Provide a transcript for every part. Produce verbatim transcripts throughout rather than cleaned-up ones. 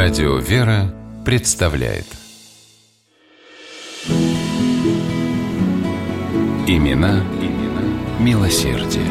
Радио «Вера» представляет Имена, имена милосердия.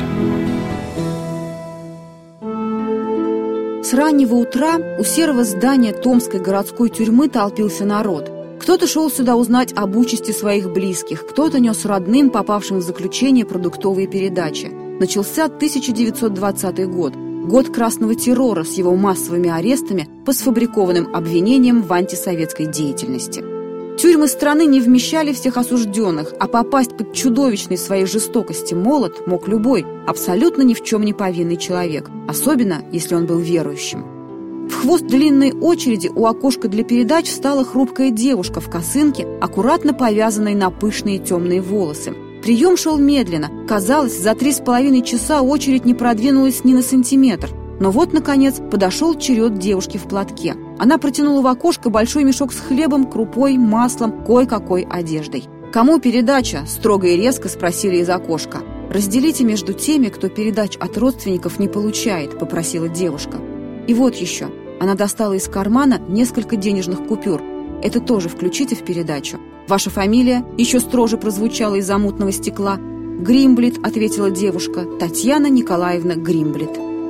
С раннего утра у серого здания Томской городской тюрьмы толпился народ. Кто-то шел сюда узнать об участи своих близких, кто-то нес родным, попавшим в заключение, продуктовые передачи. Начался тысяча девятьсот двадцатый год, год красного террора с его массовыми арестами по сфабрикованным обвинениям в антисоветской деятельности. Тюрьмы страны не вмещали всех осужденных, а попасть под чудовищной своей жестокости молот мог любой, абсолютно ни в чем не повинный человек, особенно если он был верующим. В хвост длинной очереди у окошка для передач встала хрупкая девушка в косынке, аккуратно повязанной на пышные темные волосы. Прием шел медленно. Казалось, за три с половиной часа очередь не продвинулась ни на сантиметр. Но вот, наконец, подошел черед девушки в платке. Она протянула в окошко большой мешок с хлебом, крупой, маслом, кое-какой одеждой. «Кому передача?» – строго и резко спросили из окошка. «Разделите между теми, кто передач от родственников не получает», – попросила девушка. «И вот еще». Она достала из кармана несколько денежных купюр. «Это тоже включите в передачу». «Ваша фамилия?» – еще строже прозвучала из-за мутного стекла. «Гримблит», – ответила девушка. «Татьяна Николаевна Гримблит».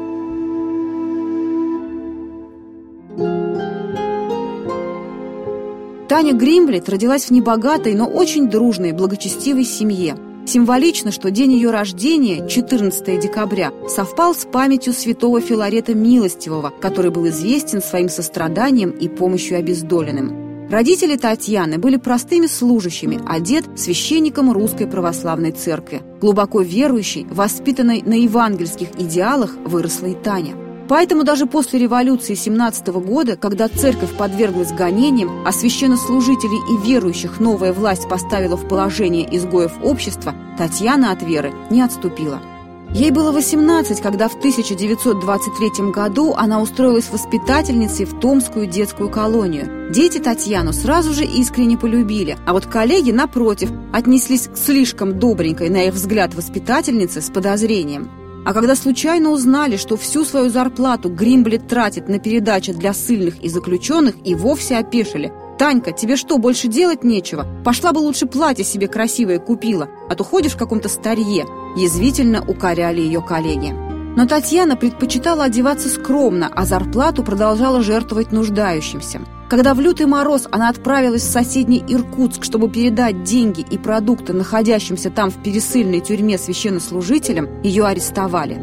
Таня Гримблит родилась в небогатой, но очень дружной, благочестивой семье. Символично, что день ее рождения, четырнадцатого декабря, совпал с памятью святого Филарета Милостивого, который был известен своим состраданием и помощью обездоленным. Родители Татьяны были простыми служащими, а дед – священником Русской Православной Церкви. Глубоко верующей, воспитанной на евангельских идеалах, выросла и Таня. Поэтому даже после революции семнадцатого года, когда церковь подверглась гонениям, а священнослужителей и верующих новая власть поставила в положение изгоев общества, Татьяна от веры не отступила. Ей было восемнадцать, когда в тысяча девятьсот двадцать третьем году она устроилась воспитательницей в Томскую детскую колонию. Дети Татьяну сразу же искренне полюбили, а вот коллеги, напротив, отнеслись к слишком добренькой, на их взгляд, воспитательнице с подозрением. А когда случайно узнали, что всю свою зарплату Гримблит тратит на передачи для ссыльных и заключенных, и вовсе опешили. «Танька, тебе что, больше делать нечего? Пошла бы лучше платье себе красивое купила, а то ходишь в каком-то старье», – язвительно укоряли ее коллеги. Но Татьяна предпочитала одеваться скромно, а зарплату продолжала жертвовать нуждающимся. Когда в лютый мороз она отправилась в соседний Иркутск, чтобы передать деньги и продукты находящимся там в пересыльной тюрьме священнослужителям, ее арестовали.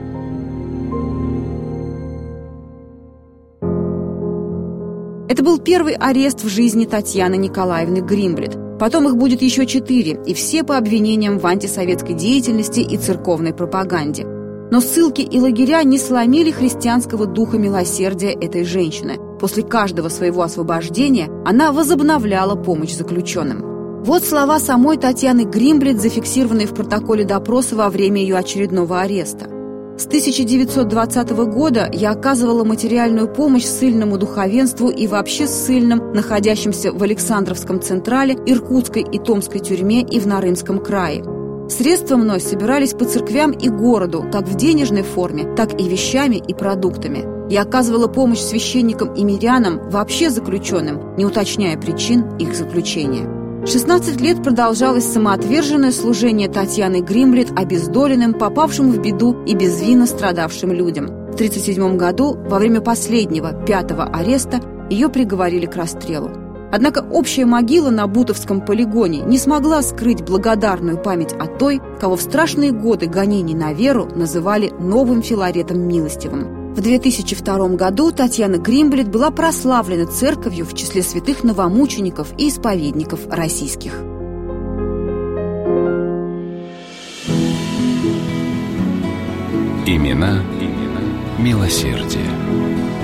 Это был первый арест в жизни Татьяны Николаевны Гримблит. Потом их будет еще четыре, и все по обвинениям в антисоветской деятельности и церковной пропаганде. Но ссылки и лагеря не сломили христианского духа милосердия этой женщины. После каждого своего освобождения она возобновляла помощь заключенным. Вот слова самой Татьяны Гримблит, зафиксированные в протоколе допроса во время ее очередного ареста. «С тысяча девятьсот двадцатого года я оказывала материальную помощь ссыльному духовенству и вообще ссыльным, находящимся в Александровском Централе, Иркутской и Томской тюрьме и в Нарынском крае. Средства мной собирались по церквям и городу, как в денежной форме, так и вещами и продуктами. Я оказывала помощь священникам и мирянам, вообще заключенным, не уточняя причин их заключения». шестнадцать лет продолжалось самоотверженное служение Татьяны Гримблит обездоленным, попавшим в беду и безвинно страдавшим людям. В тысяча девятьсот тридцать седьмом году, во время последнего, пятого ареста, ее приговорили к расстрелу. Однако общая могила на Бутовском полигоне не смогла скрыть благодарную память о той, кого в страшные годы гонений на веру называли новым Филаретом Милостивым. В две тысячи втором году Татьяна Гримблит была прославлена церковью в числе святых новомучеников и исповедников российских. Имена, имена милосердия.